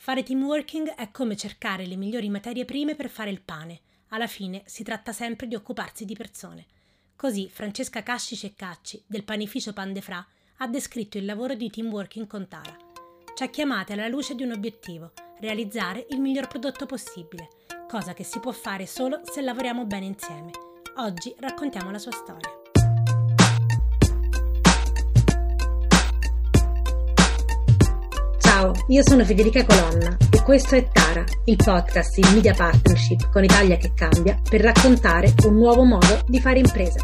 Fare team working è come cercare le migliori materie prime per fare il pane. Alla fine si tratta sempre di occuparsi di persone. Così Francesca Casci Ceccacci, del panificio Pan de Fra, ha descritto il lavoro di team working con Tara. Ci ha chiamate alla luce di un obiettivo: realizzare il miglior prodotto possibile, cosa che si può fare solo se lavoriamo bene insieme. Oggi raccontiamo la sua storia. Ciao, io sono Federica Colonna e questo è Tara, il podcast in media partnership con Italia che cambia per raccontare un nuovo modo di fare impresa.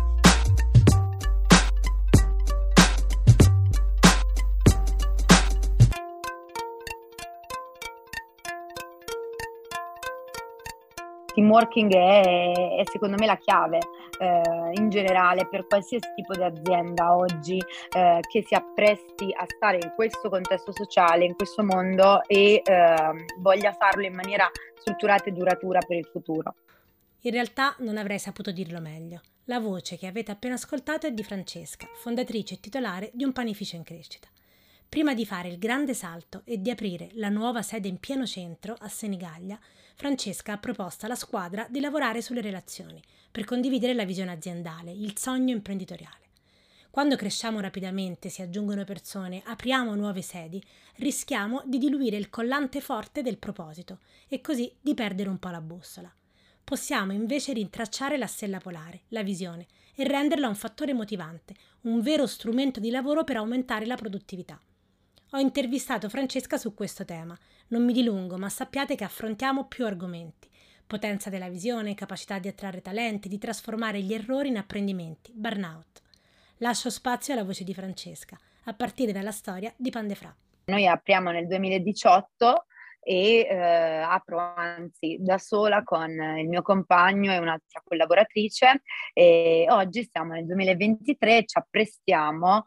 Team working è secondo me la chiave in generale per qualsiasi tipo di azienda oggi che si appresti a stare in questo contesto sociale, in questo mondo e voglia farlo in maniera strutturata e duratura per il futuro. In realtà non avrei saputo dirlo meglio. La voce che avete appena ascoltato è di Francesca, fondatrice e titolare di un panificio in crescita. Prima di fare il grande salto e di aprire la nuova sede in pieno centro, a Senigallia, Francesca ha proposto alla squadra di lavorare sulle relazioni, per condividere la visione aziendale, il sogno imprenditoriale. Quando cresciamo rapidamente, si aggiungono persone, apriamo nuove sedi, rischiamo di diluire il collante forte del proposito e così di perdere un po' la bussola. Possiamo invece rintracciare la stella polare, la visione, e renderla un fattore motivante, un vero strumento di lavoro per aumentare la produttività. Ho intervistato Francesca su questo tema. Non mi dilungo, ma sappiate che affrontiamo più argomenti: potenza della visione, capacità di attrarre talenti, di trasformare gli errori in apprendimenti, burnout. Lascio spazio alla voce di Francesca, a partire dalla storia di Pan de Fra. Noi apriamo nel 2018 e apro anzi da sola con il mio compagno e un'altra collaboratrice, e oggi siamo nel 2023 e ci apprestiamo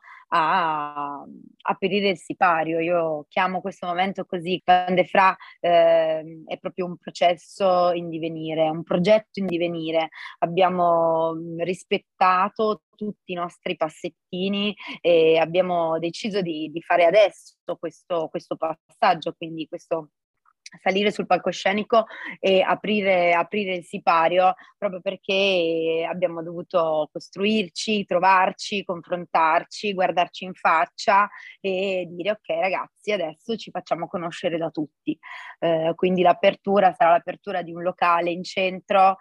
a aprire il sipario. Io chiamo questo momento così. Pan de Fra è proprio un processo in divenire, un progetto in divenire. Abbiamo rispettato tutti i nostri passettini e abbiamo deciso di fare adesso questo passaggio, quindi questo salire sul palcoscenico e aprire il sipario, proprio perché abbiamo dovuto costruirci, trovarci, confrontarci, guardarci in faccia e dire: ok ragazzi, adesso ci facciamo conoscere da tutti. Quindi l'apertura sarà l'apertura di un locale in centro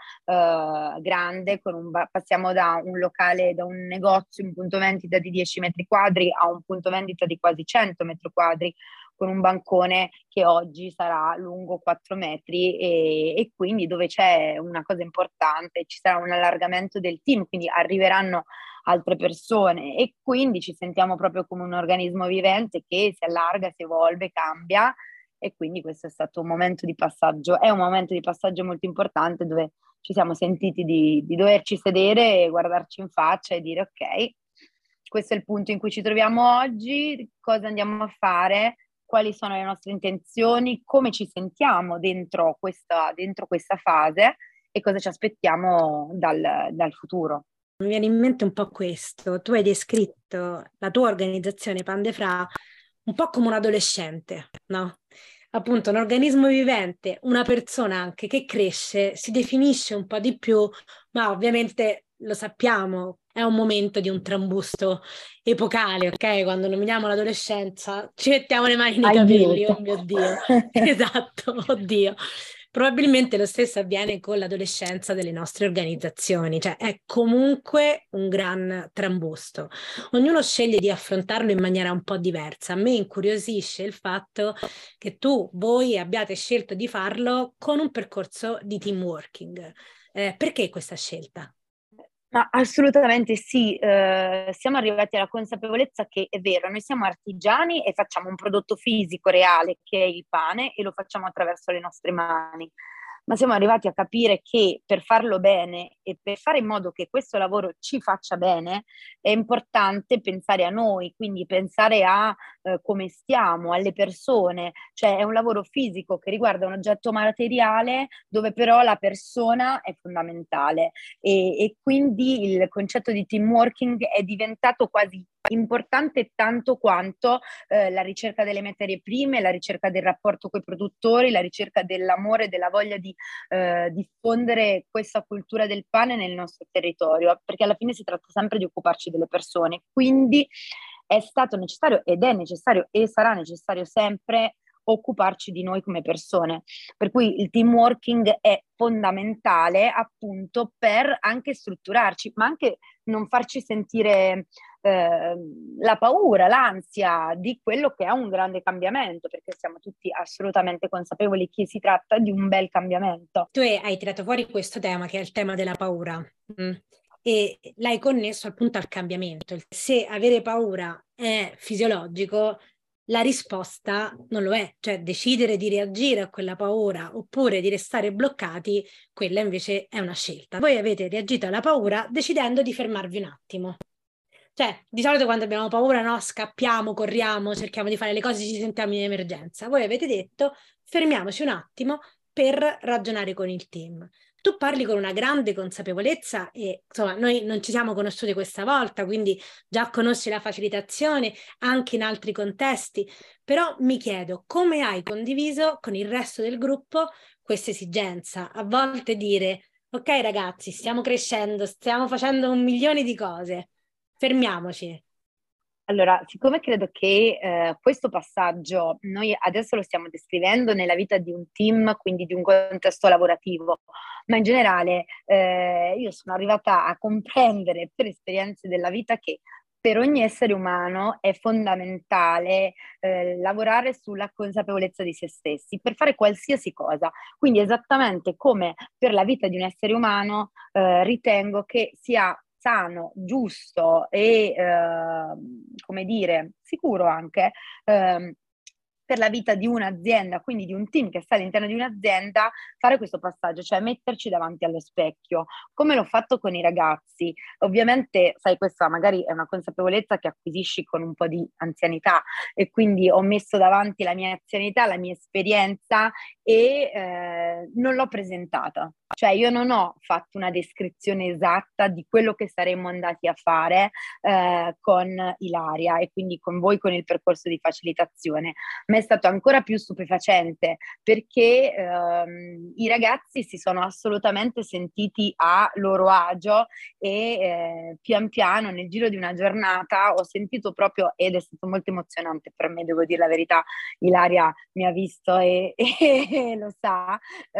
grande, passiamo da un locale, da un negozio, un punto vendita di 10 metri quadri a un punto vendita di quasi 100 metri quadri, con un bancone che oggi sarà lungo 4 metri e quindi dove c'è una cosa importante, ci sarà un allargamento del team, quindi arriveranno altre persone e quindi ci sentiamo proprio come un organismo vivente che si allarga, si evolve, cambia, e quindi questo è stato un momento di passaggio, è un momento di passaggio molto importante dove ci siamo sentiti di doverci sedere e guardarci in faccia e dire: ok, questo è il punto in cui ci troviamo oggi, cosa andiamo a fare, quali sono le nostre intenzioni, come ci sentiamo dentro questa fase e cosa ci aspettiamo dal futuro. Mi viene in mente un po' questo. Tu hai descritto la tua organizzazione Pan de Fra un po' come un adolescente, no? Appunto, un organismo vivente, una persona anche che cresce, si definisce un po' di più, ma ovviamente lo sappiamo, è un momento di un trambusto epocale, ok? Quando nominiamo l'adolescenza ci mettiamo le mani nei capelli, oh mio Dio. Esatto, oddio. Probabilmente lo stesso avviene con l'adolescenza delle nostre organizzazioni, cioè è comunque un gran trambusto. Ognuno sceglie di affrontarlo in maniera un po' diversa. A me incuriosisce il fatto che voi abbiate scelto di farlo con un percorso di team working. Perché questa scelta? Ma assolutamente sì, siamo arrivati alla consapevolezza che è vero, noi siamo artigiani e facciamo un prodotto fisico reale che è il pane e lo facciamo attraverso le nostre mani, ma siamo arrivati a capire che per farlo bene e per fare in modo che questo lavoro ci faccia bene è importante pensare a noi, quindi pensare a come stiamo, alle persone, cioè è un lavoro fisico che riguarda un oggetto materiale dove però la persona è fondamentale. E quindi il concetto di team working è diventato quasi importante tanto quanto la ricerca delle materie prime, la ricerca del rapporto con i produttori, la ricerca dell'amore, della voglia di diffondere questa cultura del pane nel nostro territorio, perché alla fine si tratta sempre di occuparci delle persone. Quindi è stato necessario ed è necessario e sarà necessario sempre occuparci di noi come persone. Per cui il team working è fondamentale appunto per anche strutturarci, ma anche non farci sentire la paura, l'ansia di quello che è un grande cambiamento, perché siamo tutti assolutamente consapevoli che si tratta di un bel cambiamento. Tu hai tirato fuori questo tema, che è il tema della paura, e l'hai connesso appunto al cambiamento. Se avere paura è fisiologico, la risposta non lo è, cioè decidere di reagire a quella paura oppure di restare bloccati, quella invece è una scelta. Voi avete reagito alla paura decidendo di fermarvi un attimo. Cioè, di solito quando abbiamo paura, no, scappiamo, corriamo, cerchiamo di fare le cose, ci sentiamo in emergenza. Voi avete detto, fermiamoci un attimo per ragionare con il team. Tu parli con una grande consapevolezza e, insomma, noi non ci siamo conosciuti questa volta, quindi già conosci la facilitazione anche in altri contesti, però mi chiedo come hai condiviso con il resto del gruppo questa esigenza? A volte dire, ok ragazzi, stiamo crescendo, stiamo facendo 1 milione di cose. Fermiamoci. Allora, siccome credo che questo passaggio noi adesso lo stiamo descrivendo nella vita di un team, quindi di un contesto lavorativo, ma in generale io sono arrivata a comprendere per esperienze della vita che per ogni essere umano è fondamentale lavorare sulla consapevolezza di se stessi per fare qualsiasi cosa. Quindi esattamente come per la vita di un essere umano ritengo che sia sano, giusto e, come dire, sicuro anche, per la vita di un'azienda, quindi di un team che sta all'interno di un'azienda, fare questo passaggio, cioè metterci davanti allo specchio, come l'ho fatto con i ragazzi. Ovviamente, sai, questa magari è una consapevolezza che acquisisci con un po' di anzianità e quindi ho messo davanti la mia anzianità, la mia esperienza e non l'ho presentata. Cioè io non ho fatto una descrizione esatta di quello che saremmo andati a fare con Ilaria e quindi con voi con il percorso di facilitazione. Ma è stato ancora più stupefacente perché i ragazzi si sono assolutamente sentiti a loro agio e pian piano nel giro di una giornata ho sentito proprio, ed è stato molto emozionante per me, devo dire la verità, Ilaria mi ha visto e lo sa,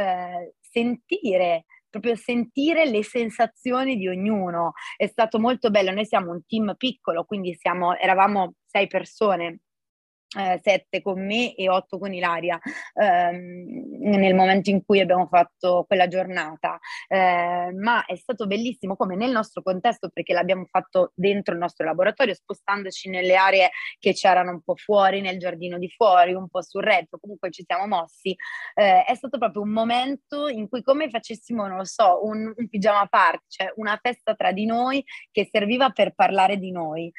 proprio sentire le sensazioni di ognuno. È stato molto bello, noi siamo un team piccolo, quindi eravamo 6 persone. 7 con me e 8 con Ilaria nel momento in cui abbiamo fatto quella giornata, ma è stato bellissimo come nel nostro contesto, perché l'abbiamo fatto dentro il nostro laboratorio spostandoci nelle aree che c'erano un po' fuori, nel giardino di fuori, un po' sul retro, comunque ci siamo mossi. È stato proprio un momento in cui come facessimo, non lo so, un pigiama party, cioè una festa tra di noi che serviva per parlare di noi,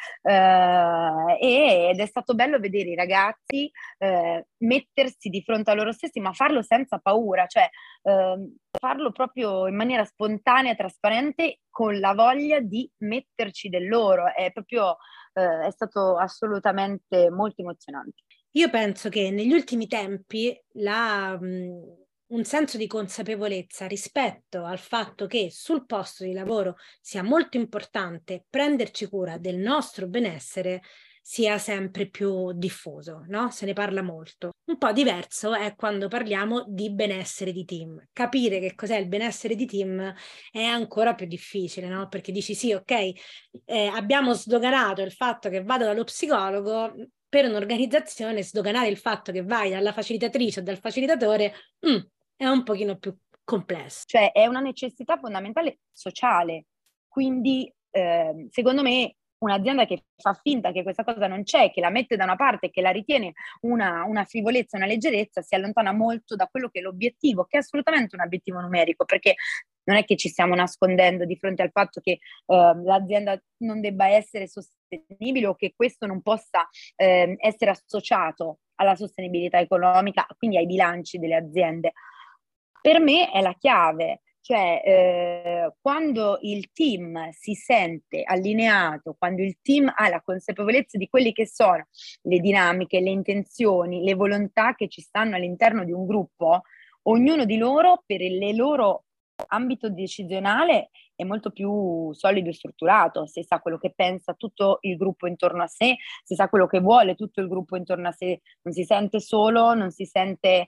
ed è stato bello vedere i ragazzi mettersi di fronte a loro stessi, ma farlo senza paura, cioè farlo proprio in maniera spontanea, trasparente, con la voglia di metterci del loro. È proprio è stato assolutamente molto emozionante. Io penso che negli ultimi tempi un senso di consapevolezza rispetto al fatto che sul posto di lavoro sia molto importante prenderci cura del nostro benessere sia sempre più diffuso, no? Se ne parla molto. Un po' diverso è quando parliamo di benessere di team. Capire che cos'è il benessere di team è ancora più difficile, no? Perché dici sì, ok, abbiamo sdoganato il fatto che vado dallo psicologo. Per un'organizzazione sdoganare il fatto che vai dalla facilitatrice o dal facilitatore è un pochino più complesso. Cioè è una necessità fondamentale sociale, quindi secondo me un'azienda che fa finta che questa cosa non c'è, che la mette da una parte, che la ritiene una frivolezza, una leggerezza, si allontana molto da quello che è l'obiettivo, che è assolutamente un obiettivo numerico, perché non è che ci stiamo nascondendo di fronte al fatto che l'azienda non debba essere sostenibile o che questo non possa essere associato alla sostenibilità economica, quindi ai bilanci delle aziende. Per me è la chiave, Cioè, quando il team si sente allineato, quando il team ha la consapevolezza di quelle che sono le dinamiche, le intenzioni, le volontà che ci stanno all'interno di un gruppo, ognuno di loro per il loro ambito decisionale è molto più solido e strutturato, se sa quello che pensa tutto il gruppo intorno a sé, se sa quello che vuole tutto il gruppo intorno a sé, non si sente solo, non si sente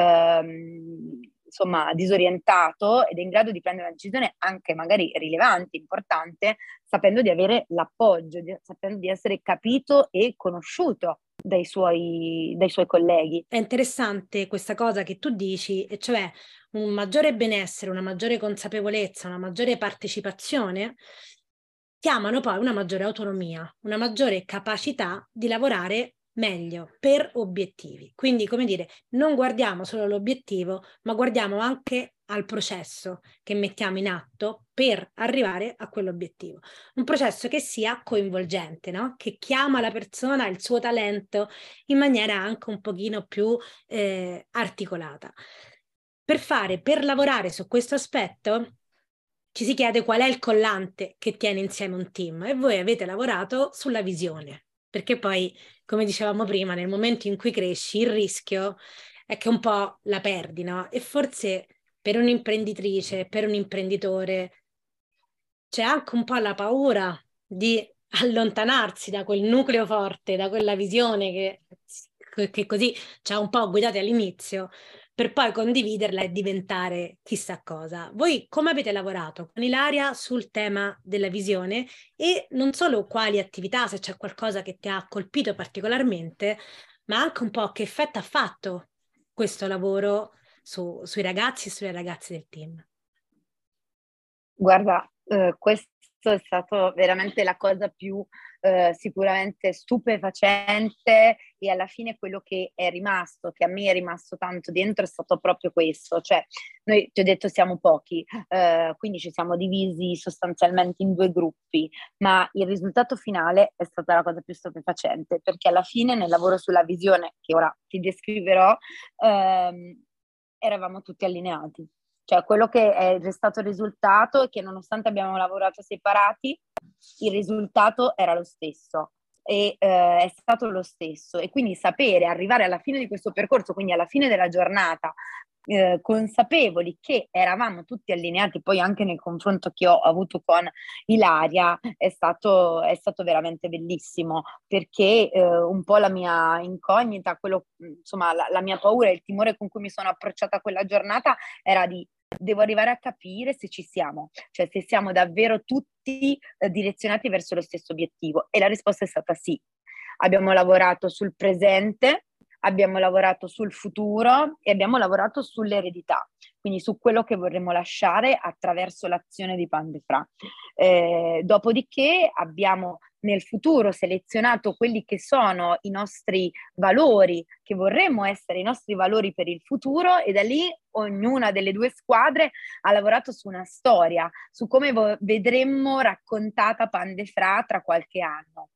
insomma disorientato ed è in grado di prendere una decisione anche magari rilevante, importante, sapendo di avere l'appoggio, sapendo di essere capito e conosciuto dai suoi colleghi. È interessante questa cosa che tu dici, e cioè un maggiore benessere, una maggiore consapevolezza, una maggiore partecipazione chiamano poi una maggiore autonomia, una maggiore capacità di lavorare meglio per obiettivi. Quindi, come dire, non guardiamo solo l'obiettivo, ma guardiamo anche al processo che mettiamo in atto per arrivare a quell'obiettivo. Un processo che sia coinvolgente, no? Che chiama la persona, il suo talento in maniera anche un pochino più articolata. Per lavorare su questo aspetto ci si chiede qual è il collante che tiene insieme un team e voi avete lavorato sulla visione, perché poi, come dicevamo prima, nel momento in cui cresci il rischio è che un po' la perdi, no? E forse per un'imprenditrice, per un imprenditore c'è anche un po' la paura di allontanarsi da quel nucleo forte, da quella visione che così ci ha un po' guidati all'inizio, per poi condividerla e diventare chissà cosa. Voi come avete lavorato con Ilaria sul tema della visione e non solo quali attività, se c'è qualcosa che ti ha colpito particolarmente, ma anche un po' che effetto ha fatto questo lavoro sui ragazzi e sulle ragazze del team? Guarda, questo è stato veramente la cosa più sicuramente stupefacente e alla fine quello che è rimasto, che a me è rimasto tanto dentro è stato proprio questo, cioè noi ti ho detto siamo pochi, quindi ci siamo divisi sostanzialmente in due gruppi, ma il risultato finale è stata la cosa più stupefacente perché alla fine nel lavoro sulla visione, che ora ti descriverò, eravamo tutti allineati. Cioè quello che è stato il risultato è che nonostante abbiamo lavorato separati, il risultato era lo stesso e è stato lo stesso. E quindi sapere, arrivare alla fine di questo percorso, quindi alla fine della giornata, consapevoli che eravamo tutti allineati, poi anche nel confronto che ho avuto con Ilaria, è stato veramente bellissimo, perché un po' la mia incognita, quello, insomma, la mia paura e il timore con cui mi sono approcciata a quella giornata era di devo arrivare a capire se ci siamo, cioè se siamo davvero tutti direzionati verso lo stesso obiettivo. E la risposta è stata sì. Abbiamo lavorato sul presente, abbiamo lavorato sul futuro e abbiamo lavorato sull'eredità, quindi su quello che vorremmo lasciare attraverso l'azione di Pandefra. Dopodiché abbiamo nel futuro selezionato quelli che sono i nostri valori, che vorremmo essere i nostri valori per il futuro, e da lì ognuna delle due squadre ha lavorato su una storia, su come vedremmo raccontata Pandefra tra qualche anno.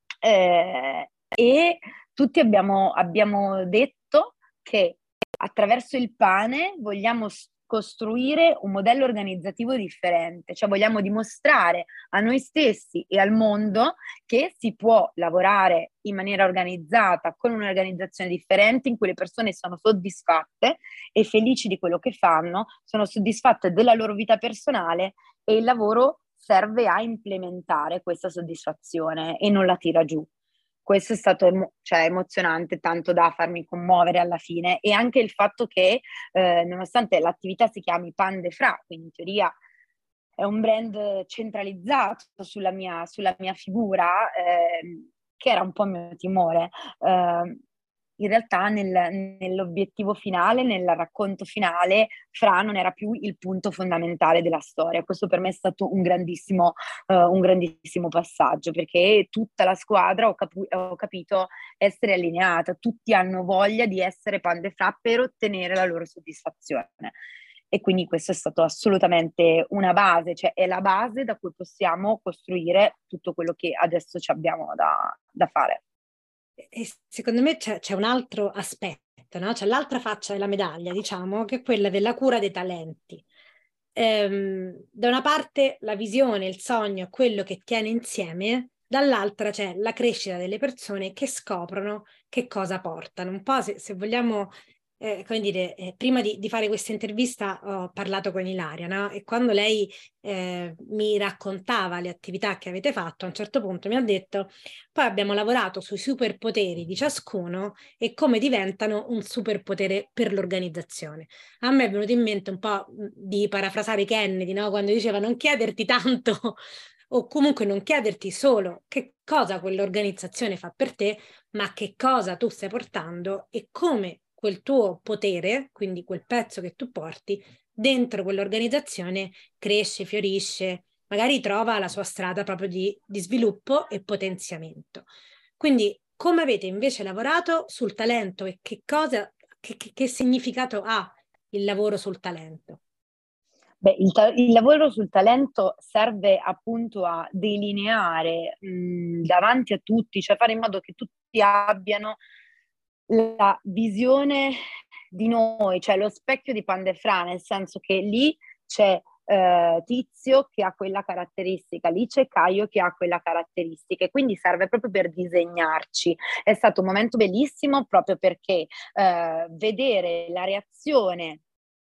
E tutti abbiamo detto che attraverso il pane vogliamo costruire un modello organizzativo differente, cioè vogliamo dimostrare a noi stessi e al mondo che si può lavorare in maniera organizzata, con un'organizzazione differente, in cui le persone sono soddisfatte e felici di quello che fanno, sono soddisfatte della loro vita personale e il lavoro serve a implementare questa soddisfazione e non la tira giù. Questo è stato emozionante, tanto da farmi commuovere alla fine, e anche il fatto che nonostante l'attività si chiami Pandefra, quindi in teoria è un brand centralizzato sulla mia figura, che era un po' il mio timore, in realtà nell'obiettivo finale, nel racconto finale, Fra non era più il punto fondamentale della storia. Questo per me è stato un grandissimo passaggio, perché tutta la squadra ho capito essere allineata, tutti hanno voglia di essere Pandefra per ottenere la loro soddisfazione. E quindi questo è stato assolutamente una base, cioè è la base da cui possiamo costruire tutto quello che adesso ci abbiamo da fare. E secondo me c'è un altro aspetto, no? C'è l'altra faccia della medaglia, diciamo, che è quella della cura dei talenti. da una parte la visione, il sogno è quello che tiene insieme, dall'altra c'è la crescita delle persone che scoprono che cosa portano. Un po' se vogliamo, come dire, prima di fare questa intervista ho parlato con Ilaria, no? E quando lei mi raccontava le attività che avete fatto, a un certo punto mi ha detto, poi abbiamo lavorato sui superpoteri di ciascuno e come diventano un superpotere per l'organizzazione. A me è venuto in mente un po' di parafrasare Kennedy, no? Quando diceva non chiederti tanto o comunque non chiederti solo che cosa quell'organizzazione fa per te, ma che cosa tu stai portando e come quel tuo potere, quindi quel pezzo che tu porti, dentro quell'organizzazione cresce, fiorisce, magari trova la sua strada proprio di sviluppo e potenziamento. Quindi come avete invece lavorato sul talento e che cosa, che significato ha il lavoro sul talento? Beh, il lavoro sul talento serve appunto a delineare davanti a tutti, cioè fare in modo che tutti abbiano la visione di noi, cioè lo specchio di Pandefra, nel senso che lì c'è Tizio che ha quella caratteristica, lì c'è Caio che ha quella caratteristica e quindi serve proprio per disegnarci. È stato un momento bellissimo proprio perché vedere la reazione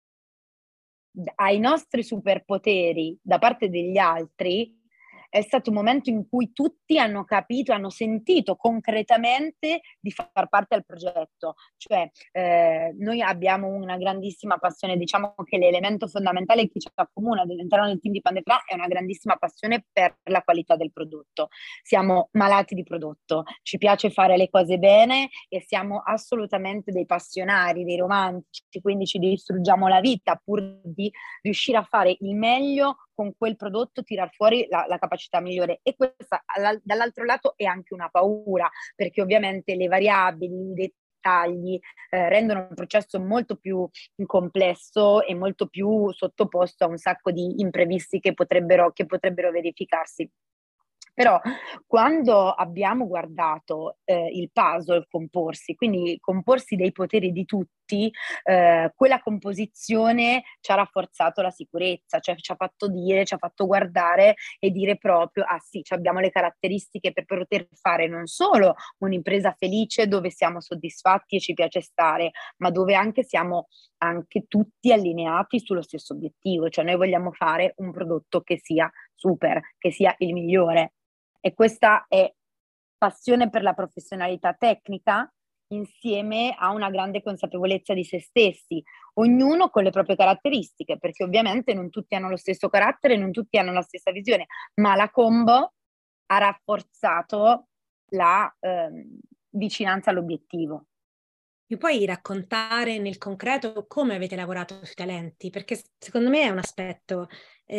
ai nostri superpoteri da parte degli altri è stato un momento in cui tutti hanno capito, hanno sentito concretamente di far parte del progetto. Cioè, noi abbiamo una grandissima passione, diciamo che l'elemento fondamentale che ci accomuna all'interno del team di Pandefra è una grandissima passione per la qualità del prodotto. Siamo malati di prodotto, ci piace fare le cose bene e siamo assolutamente dei passionari, dei romantici, quindi ci distruggiamo la vita pur di riuscire a fare il meglio con quel prodotto, tirar fuori la capacità migliore. E questa dall'altro lato è anche una paura, perché ovviamente le variabili, i dettagli rendono il processo molto più complesso e molto più sottoposto a un sacco di imprevisti che potrebbero verificarsi. Però quando abbiamo guardato il puzzle comporsi, quindi il comporsi dei poteri di tutti, quella composizione ci ha rafforzato la sicurezza, cioè ci ha fatto dire, ci ha fatto guardare e dire proprio, ah sì, abbiamo le caratteristiche per poter fare non solo un'impresa felice dove siamo soddisfatti e ci piace stare, ma dove anche siamo anche tutti allineati sullo stesso obiettivo, cioè noi vogliamo fare un prodotto che sia super, che sia il migliore. E questa è passione per la professionalità tecnica insieme a una grande consapevolezza di se stessi, ognuno con le proprie caratteristiche, perché ovviamente non tutti hanno lo stesso carattere, non tutti hanno la stessa visione, ma la combo ha rafforzato la vicinanza all'obiettivo. Mi puoi raccontare nel concreto come avete lavorato sui talenti? Perché secondo me è un aspetto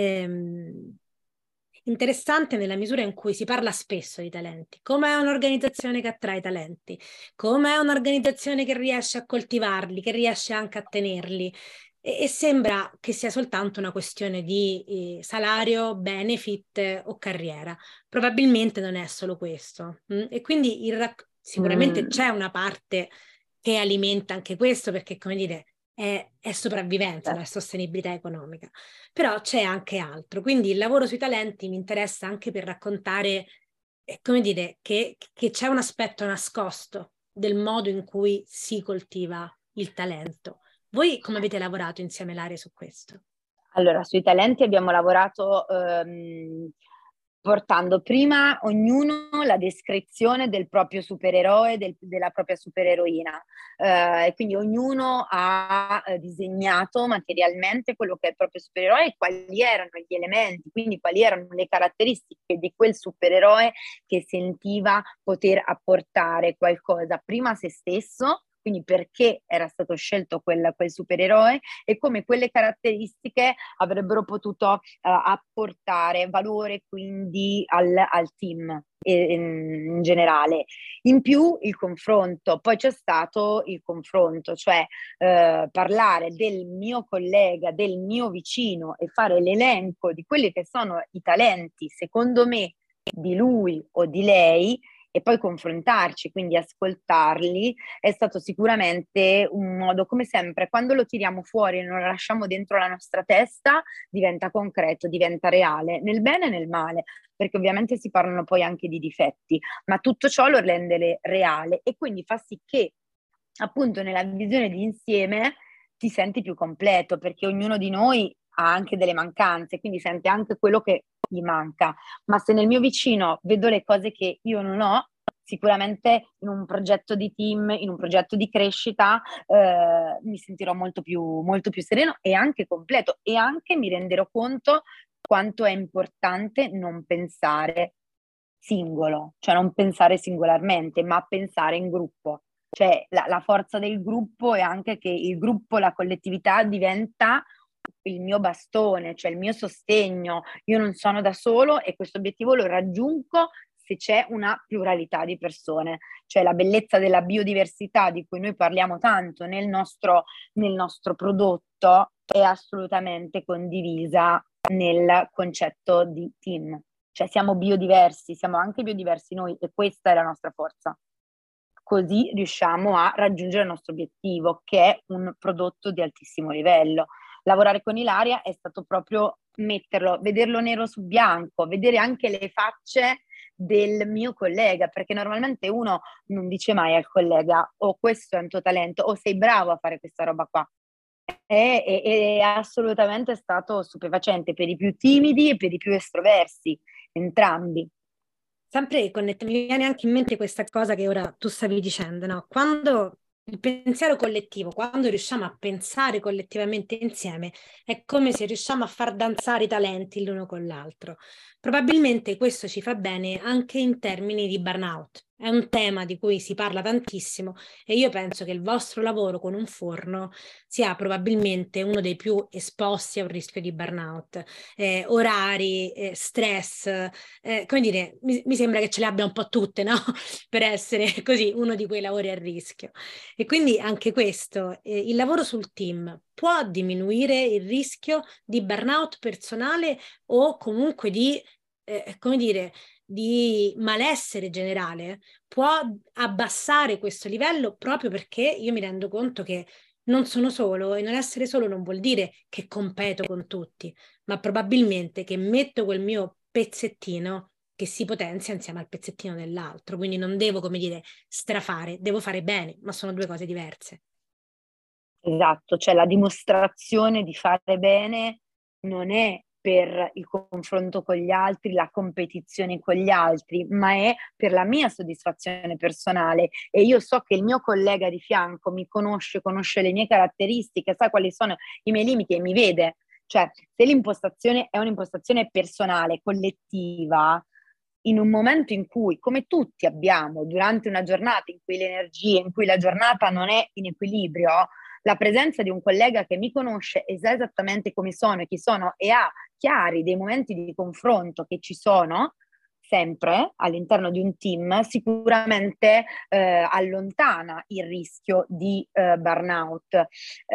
interessante nella misura in cui si parla spesso di talenti. Com'è un'organizzazione che attrae talenti? Com'è un'organizzazione che riesce a coltivarli, che riesce anche a tenerli? E sembra che sia soltanto una questione di salario, benefit o carriera. Probabilmente non è solo questo. E quindi sicuramente c'è una parte che alimenta anche questo, perché, come dire, è sopravvivenza, la sostenibilità economica. Però c'è anche altro. Quindi il lavoro sui talenti mi interessa anche per raccontare, come dire, che c'è un aspetto nascosto del modo in cui si coltiva il talento. Voi come avete lavorato insieme, Ilaria, su questo? Allora, sui talenti abbiamo lavorato portando prima ognuno la descrizione del proprio supereroe, della propria supereroina. E quindi ognuno ha disegnato materialmente quello che è il proprio supereroe e quali erano gli elementi, quindi quali erano le caratteristiche di quel supereroe che sentiva poter apportare qualcosa prima a se stesso, quindi perché era stato scelto quel supereroe e come quelle caratteristiche avrebbero potuto apportare valore quindi al team in generale. In più il confronto, poi c'è stato il confronto, cioè parlare del mio collega, del mio vicino e fare l'elenco di quelli che sono i talenti, secondo me, di lui o di lei e poi confrontarci, quindi ascoltarli, è stato sicuramente un modo, come sempre, quando lo tiriamo fuori e non lo lasciamo dentro la nostra testa, diventa concreto, diventa reale, nel bene e nel male, perché ovviamente si parlano poi anche di difetti, ma tutto ciò lo rende reale e quindi fa sì che appunto nella visione di insieme ti senti più completo, perché ognuno di noi ha anche delle mancanze, quindi sente anche quello che gli manca. Ma se nel mio vicino vedo le cose che io non ho, sicuramente in un progetto di team, in un progetto di crescita, mi sentirò molto più sereno e anche completo, e anche mi renderò conto quanto è importante non pensare singolo, cioè non pensare singolarmente, ma pensare in gruppo. Cioè la forza del gruppo è anche che il gruppo, la collettività diventa il mio bastone, cioè il mio sostegno. Io non sono da solo e questo obiettivo lo raggiungo se c'è una pluralità di persone. Cioè la bellezza della biodiversità di cui noi parliamo tanto nel nostro prodotto è assolutamente condivisa nel concetto di team. Cioè siamo biodiversi, siamo anche biodiversi noi e questa è la nostra forza. Così riusciamo a raggiungere il nostro obiettivo, che è un prodotto di altissimo livello. Lavorare con Ilaria è stato proprio vederlo nero su bianco, vedere anche le facce del mio collega, perché normalmente uno non dice mai al collega oh, questo è un tuo talento, o sei bravo a fare questa roba qua. È assolutamente stato stupefacente per i più timidi e per i più estroversi, entrambi. Sempre mi viene anche in mente questa cosa che ora tu stavi dicendo, no? Quando il pensiero collettivo, quando riusciamo a pensare collettivamente insieme, è come se riusciamo a far danzare i talenti l'uno con l'altro. Probabilmente questo ci fa bene anche in termini di burnout. È un tema di cui si parla tantissimo e io penso che il vostro lavoro con un forno sia probabilmente uno dei più esposti a un rischio di burnout. Orari, stress, come dire, mi sembra che ce le abbia un po' tutte, no? Per essere così uno di quei lavori a rischio. E quindi anche questo, il lavoro sul team può diminuire il rischio di burnout personale o comunque di, come dire, di malessere generale, può abbassare questo livello proprio perché io mi rendo conto che non sono solo e non essere solo non vuol dire che competo con tutti, ma probabilmente che metto quel mio pezzettino che si potenzia insieme al pezzettino dell'altro, quindi non devo, come dire, strafare, devo fare bene, ma sono due cose diverse. Esatto, cioè la dimostrazione di fare bene non è per il confronto con gli altri, la competizione con gli altri, ma è per la mia soddisfazione personale e io so che il mio collega di fianco mi conosce le mie caratteristiche, sa quali sono i miei limiti e mi vede. Cioè, se l'impostazione è un'impostazione personale, collettiva, in un momento in cui, come tutti abbiamo, durante una giornata in cui l'energia, in cui la giornata non è in equilibrio, la presenza di un collega che mi conosce e sa esattamente come sono e chi sono e ha chiari dei momenti di confronto che ci sono sempre all'interno di un team, sicuramente allontana il rischio di burnout.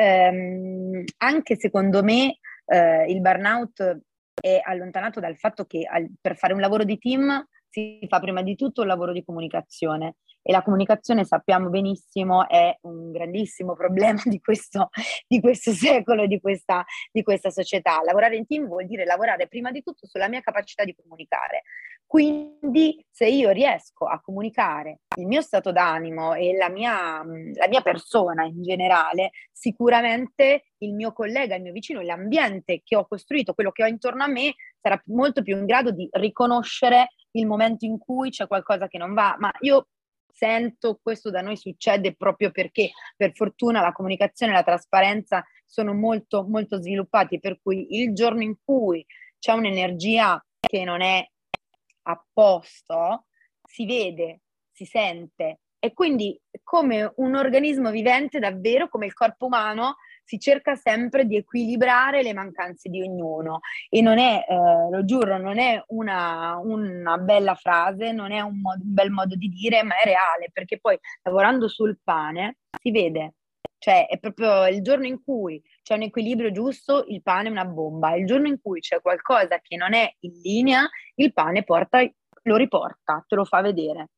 Anche secondo me il burnout è allontanato dal fatto che per fare un lavoro di team si fa prima di tutto un lavoro di comunicazione e la comunicazione sappiamo benissimo è un grandissimo problema di questo secolo, di questa società. Lavorare in team vuol dire lavorare prima di tutto sulla mia capacità di comunicare. Quindi se io riesco a comunicare il mio stato d'animo e la mia persona in generale, sicuramente il mio collega, il mio vicino, l'ambiente che ho costruito, quello che ho intorno a me, sarà molto più in grado di riconoscere il momento in cui c'è qualcosa che non va. Ma io sento questo da noi succede proprio perché per fortuna la comunicazione e la trasparenza sono molto molto sviluppati, per cui il giorno in cui c'è un'energia che non è a posto si vede, si sente e quindi come un organismo vivente davvero come il corpo umano si cerca sempre di equilibrare le mancanze di ognuno e non è, lo giuro, non è una bella frase, non è un bel modo di dire, ma è reale, perché poi lavorando sul pane si vede, cioè è proprio il giorno in cui c'è un equilibrio giusto, il pane è una bomba, il giorno in cui c'è qualcosa che non è in linea, il pane lo riporta, te lo fa vedere.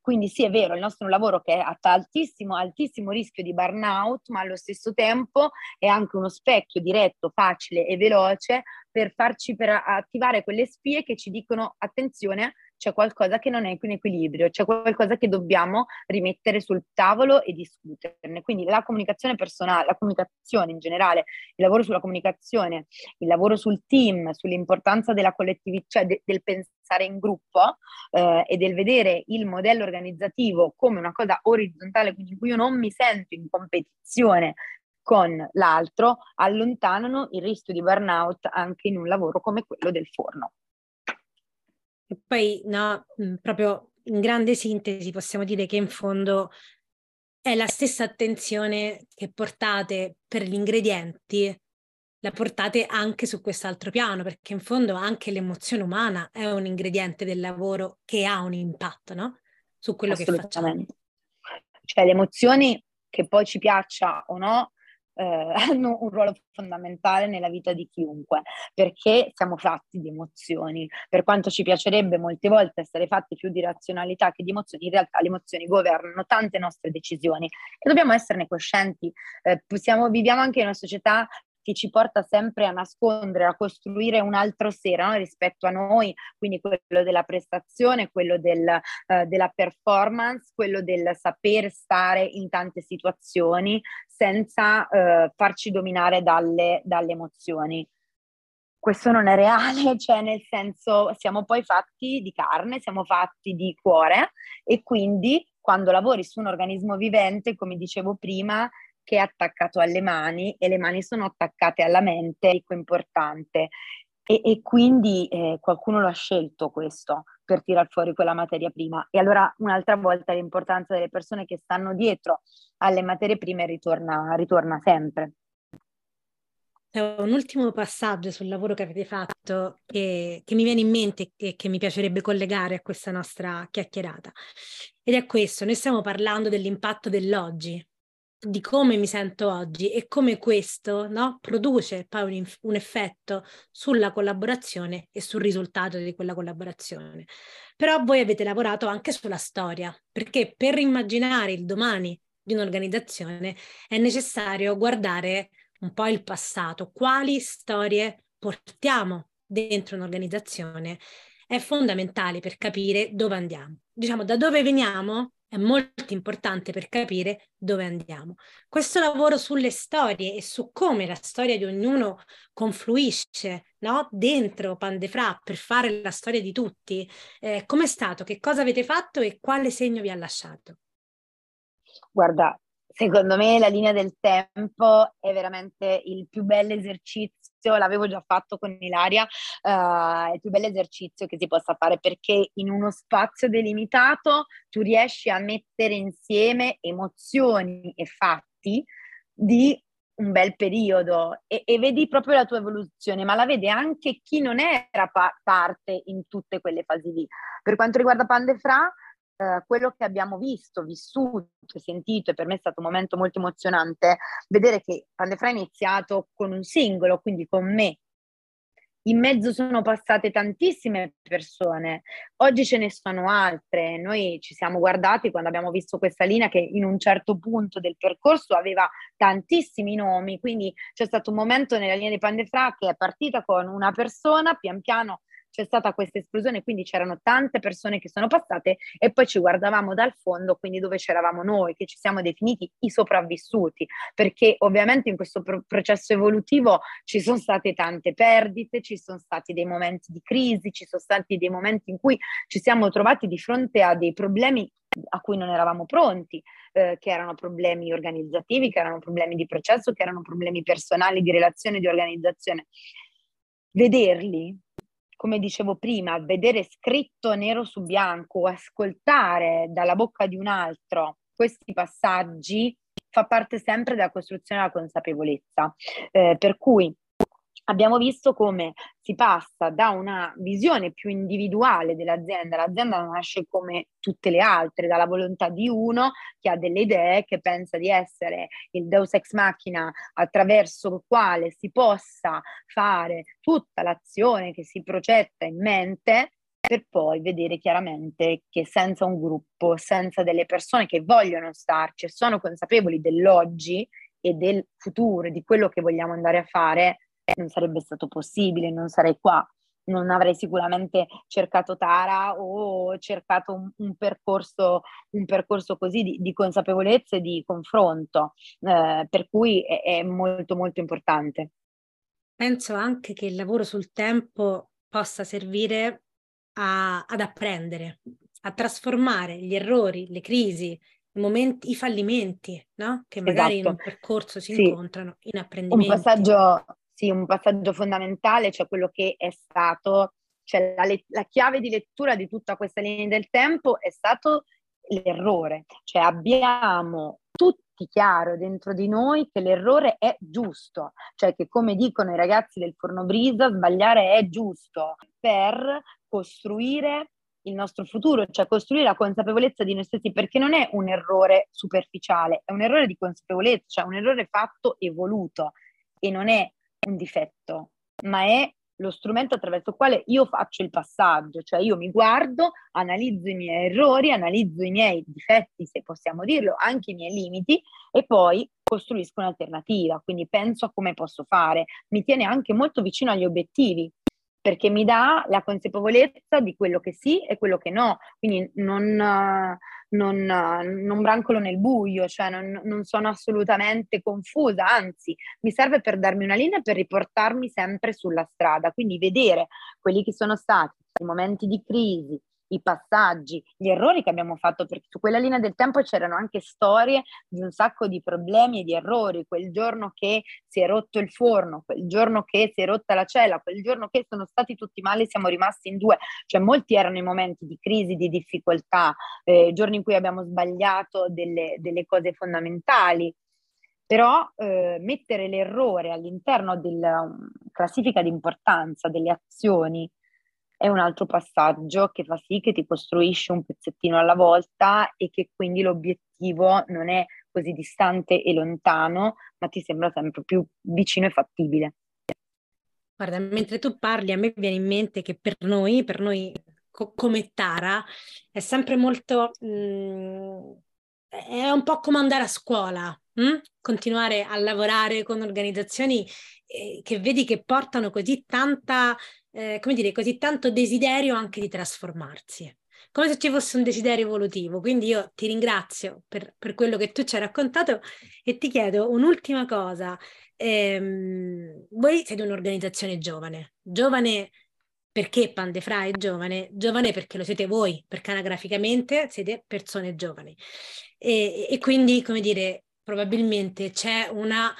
Quindi sì, è vero, il nostro è un lavoro che è a altissimo, altissimo rischio di burnout, ma allo stesso tempo è anche uno specchio diretto, facile e veloce per attivare quelle spie che ci dicono: attenzione, c'è qualcosa che non è in equilibrio, c'è qualcosa che dobbiamo rimettere sul tavolo e discuterne. Quindi la comunicazione personale, la comunicazione in generale, il lavoro sulla comunicazione, il lavoro sul team, sull'importanza della collettività, cioè del pensare in gruppo e del vedere il modello organizzativo come una cosa orizzontale, quindi in cui io non mi sento in competizione con l'altro, allontanano il rischio di burnout anche in un lavoro come quello del forno. E poi, no, proprio in grande sintesi possiamo dire che in fondo è la stessa attenzione che portate per gli ingredienti, la portate anche su quest'altro piano, perché in fondo anche l'emozione umana è un ingrediente del lavoro che ha un impatto, no? Su quello che facciamo. Assolutamente. Cioè le emozioni, che poi ci piaccia o no, hanno un ruolo fondamentale nella vita di chiunque, perché siamo fatti di emozioni. Per quanto ci piacerebbe molte volte essere fatti più di razionalità che di emozioni, in realtà le emozioni governano tante nostre decisioni e dobbiamo esserne coscienti. Viviamo anche in una società che ci porta sempre a nascondere, a costruire un altro sera, no? Rispetto a noi, quindi quello della prestazione, quello della performance, quello del saper stare in tante situazioni senza farci dominare dalle emozioni. Questo non è reale, cioè nel senso siamo poi fatti di carne, siamo fatti di cuore e quindi quando lavori su un organismo vivente, come dicevo prima, che è attaccato alle mani e le mani sono attaccate alla mente, è importante. E quindi qualcuno lo ha scelto questo per tirar fuori quella materia prima. E allora un'altra volta l'importanza delle persone che stanno dietro alle materie prime ritorna sempre. Un ultimo passaggio sul lavoro che avete fatto che mi viene in mente e che mi piacerebbe collegare a questa nostra chiacchierata. Ed è questo: noi stiamo parlando dell'impatto dell'oggi, di come mi sento oggi e come questo, no, produce poi un effetto sulla collaborazione e sul risultato di quella collaborazione. Però voi avete lavorato anche sulla storia, perché per immaginare il domani di un'organizzazione è necessario guardare un po' il passato, quali storie portiamo dentro un'organizzazione è fondamentale per capire dove andiamo. Diciamo, da dove veniamo è molto importante per capire dove andiamo. Questo lavoro sulle storie e su come la storia di ognuno confluisce, no, dentro Pandefra per fare la storia di tutti, com'è stato? Che cosa avete fatto e quale segno vi ha lasciato? Guarda, secondo me la linea del tempo è veramente il più bel esercizio, l'avevo già fatto con Ilaria, è il più bel esercizio che si possa fare perché in uno spazio delimitato tu riesci a mettere insieme emozioni e fatti di un bel periodo e vedi proprio la tua evoluzione, ma la vede anche chi non era parte in tutte quelle fasi lì. Per quanto riguarda Pandefra, quello che abbiamo visto, vissuto, sentito, e per me è stato un momento molto emozionante, vedere che Pandefra è iniziato con un singolo, quindi con me. In mezzo sono passate tantissime persone, oggi ce ne sono altre. Noi ci siamo guardati quando abbiamo visto questa linea che in un certo punto del percorso aveva tantissimi nomi, quindi c'è stato un momento nella linea di Pandefra che è partita con una persona, pian piano c'è stata questa esplosione, quindi c'erano tante persone che sono passate e poi ci guardavamo dal fondo, quindi dove c'eravamo noi, che ci siamo definiti i sopravvissuti, perché ovviamente in questo processo evolutivo ci sono state tante perdite, ci sono stati dei momenti di crisi, ci sono stati dei momenti in cui ci siamo trovati di fronte a dei problemi a cui non eravamo pronti, che erano problemi organizzativi, che erano problemi di processo, che erano problemi personali, di relazione, di organizzazione. Vederli, come dicevo prima, vedere scritto nero su bianco, ascoltare dalla bocca di un altro questi passaggi fa parte sempre della costruzione della consapevolezza. Per cui abbiamo visto come si passa da una visione più individuale dell'azienda. L'azienda non nasce come tutte le altre, dalla volontà di uno che ha delle idee, che pensa di essere il Deus ex machina attraverso il quale si possa fare tutta l'azione che si progetta in mente, per poi vedere chiaramente che senza un gruppo, senza delle persone che vogliono starci e sono consapevoli dell'oggi e del futuro, di quello che vogliamo andare a fare, non sarebbe stato possibile, non sarei qua. Non avrei sicuramente cercato Tara o cercato un percorso così di consapevolezza e di confronto, per cui è molto molto importante. Penso anche che il lavoro sul tempo possa servire ad apprendere, a trasformare gli errori, le crisi, i momenti, i fallimenti, no? Che magari in Esatto, un percorso si sì, incontrano, in apprendimenti. sì, un passaggio fondamentale, cioè quello che è stato, cioè la chiave di lettura di tutta questa linea del tempo è stato l'errore, cioè abbiamo tutti chiaro dentro di noi che l'errore è giusto, cioè che come dicono i ragazzi del Fornobrisa, sbagliare è giusto per costruire il nostro futuro, cioè costruire la consapevolezza di noi stessi, perché non è un errore superficiale, è un errore di consapevolezza, cioè un errore fatto e voluto e non è un difetto, ma è lo strumento attraverso il quale io faccio il passaggio, cioè io mi guardo, analizzo i miei errori, analizzo i miei difetti, se possiamo dirlo, anche i miei limiti e poi costruisco un'alternativa, quindi penso a come posso fare, mi tiene anche molto vicino agli obiettivi, perché mi dà la consapevolezza di quello che sì e quello che no, quindi non brancolo nel buio, cioè non sono assolutamente confusa, anzi mi serve per darmi una linea per riportarmi sempre sulla strada, quindi vedere quelli che sono stati i momenti di crisi, i passaggi, gli errori che abbiamo fatto, perché su quella linea del tempo c'erano anche storie di un sacco di problemi e di errori, quel giorno che si è rotto il forno, quel giorno che si è rotta la cella, quel giorno che sono stati tutti male e siamo rimasti in due, cioè molti erano i momenti di crisi, di difficoltà, giorni in cui abbiamo sbagliato delle cose fondamentali, però mettere l'errore all'interno della classifica di importanza delle azioni è un altro passaggio che fa sì che ti costruisci un pezzettino alla volta e che quindi l'obiettivo non è così distante e lontano, ma ti sembra sempre più vicino e fattibile. Guarda, mentre tu parli, a me viene in mente che per noi come Tara, è sempre molto, è un po' come andare a scuola, continuare a lavorare con organizzazioni che vedi che portano così tanta, come dire, così tanto desiderio anche di trasformarsi. Come se ci fosse un desiderio evolutivo. Quindi io ti ringrazio per quello che tu ci hai raccontato e ti chiedo un'ultima cosa. Voi siete un'organizzazione giovane, giovane perché Pandefra è giovane, giovane perché lo siete voi, perché anagraficamente siete persone giovani. E quindi, come dire, probabilmente c'è una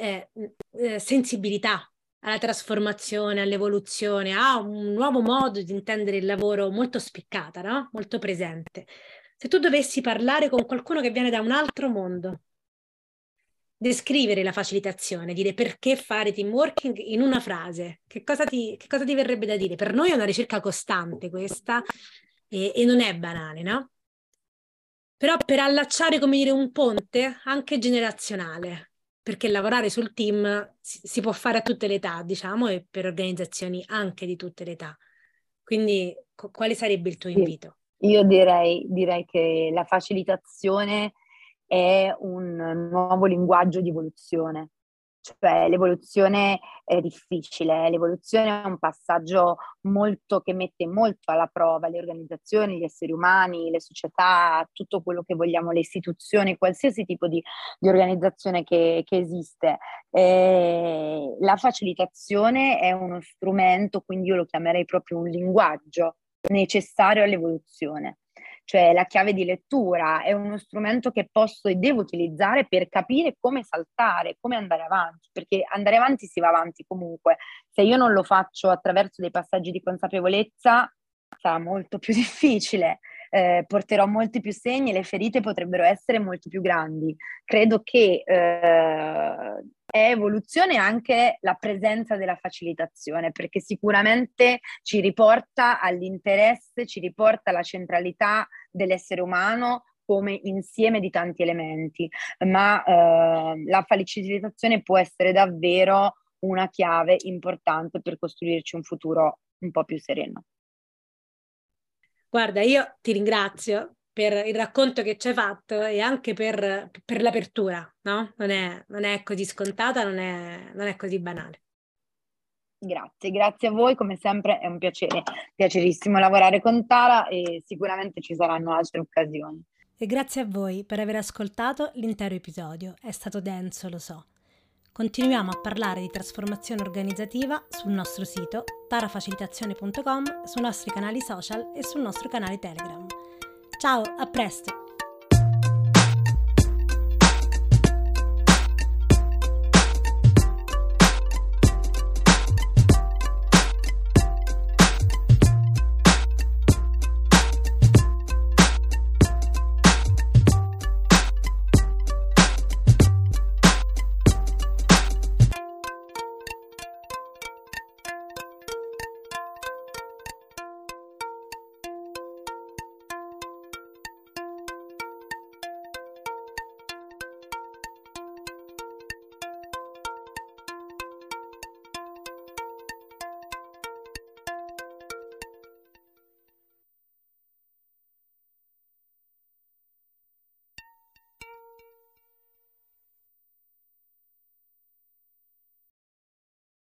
sensibilità alla trasformazione, all'evoluzione, a un nuovo modo di intendere il lavoro molto spiccata, no? Molto presente. Se tu dovessi parlare con qualcuno che viene da un altro mondo, descrivere la facilitazione, dire perché fare team working in una frase, che cosa ti verrebbe da dire? Per noi è una ricerca costante questa e non è banale, no? Però per allacciare, come dire, un ponte anche generazionale, perché lavorare sul team si può fare a tutte le età, diciamo, e per organizzazioni anche di tutte le età. Quindi quale sarebbe il tuo Sì. invito? Io direi che la facilitazione è un nuovo linguaggio di evoluzione, cioè l'evoluzione è difficile, l'evoluzione è un passaggio molto che mette molto alla prova le organizzazioni, gli esseri umani, le società, tutto quello che vogliamo, le istituzioni, qualsiasi tipo di organizzazione che esiste. La facilitazione è uno strumento, quindi io lo chiamerei proprio un linguaggio necessario all'evoluzione. Cioè la chiave di lettura è uno strumento che posso e devo utilizzare per capire come saltare, come andare avanti, perché andare avanti si va avanti comunque. Se io non lo faccio attraverso dei passaggi di consapevolezza, sarà molto più difficile. Porterò molti più segni e le ferite potrebbero essere molto più grandi. Credo che è evoluzione anche la presenza della facilitazione, perché sicuramente ci riporta all'interesse, ci riporta alla centralità dell'essere umano come insieme di tanti elementi, ma la facilitazione può essere davvero una chiave importante per costruirci un futuro un po' più sereno. Guarda, io ti ringrazio per il racconto che ci hai fatto e anche per l'apertura, no? Non è così scontata, non è così banale. Grazie a voi, come sempre è un piacerissimo lavorare con Tara e sicuramente ci saranno altre occasioni. E grazie a voi per aver ascoltato l'intero episodio, è stato denso, lo so. Continuiamo a parlare di trasformazione organizzativa sul nostro sito tarafacilitazione.com, sui nostri canali social e sul nostro canale Telegram. Ciao, a presto!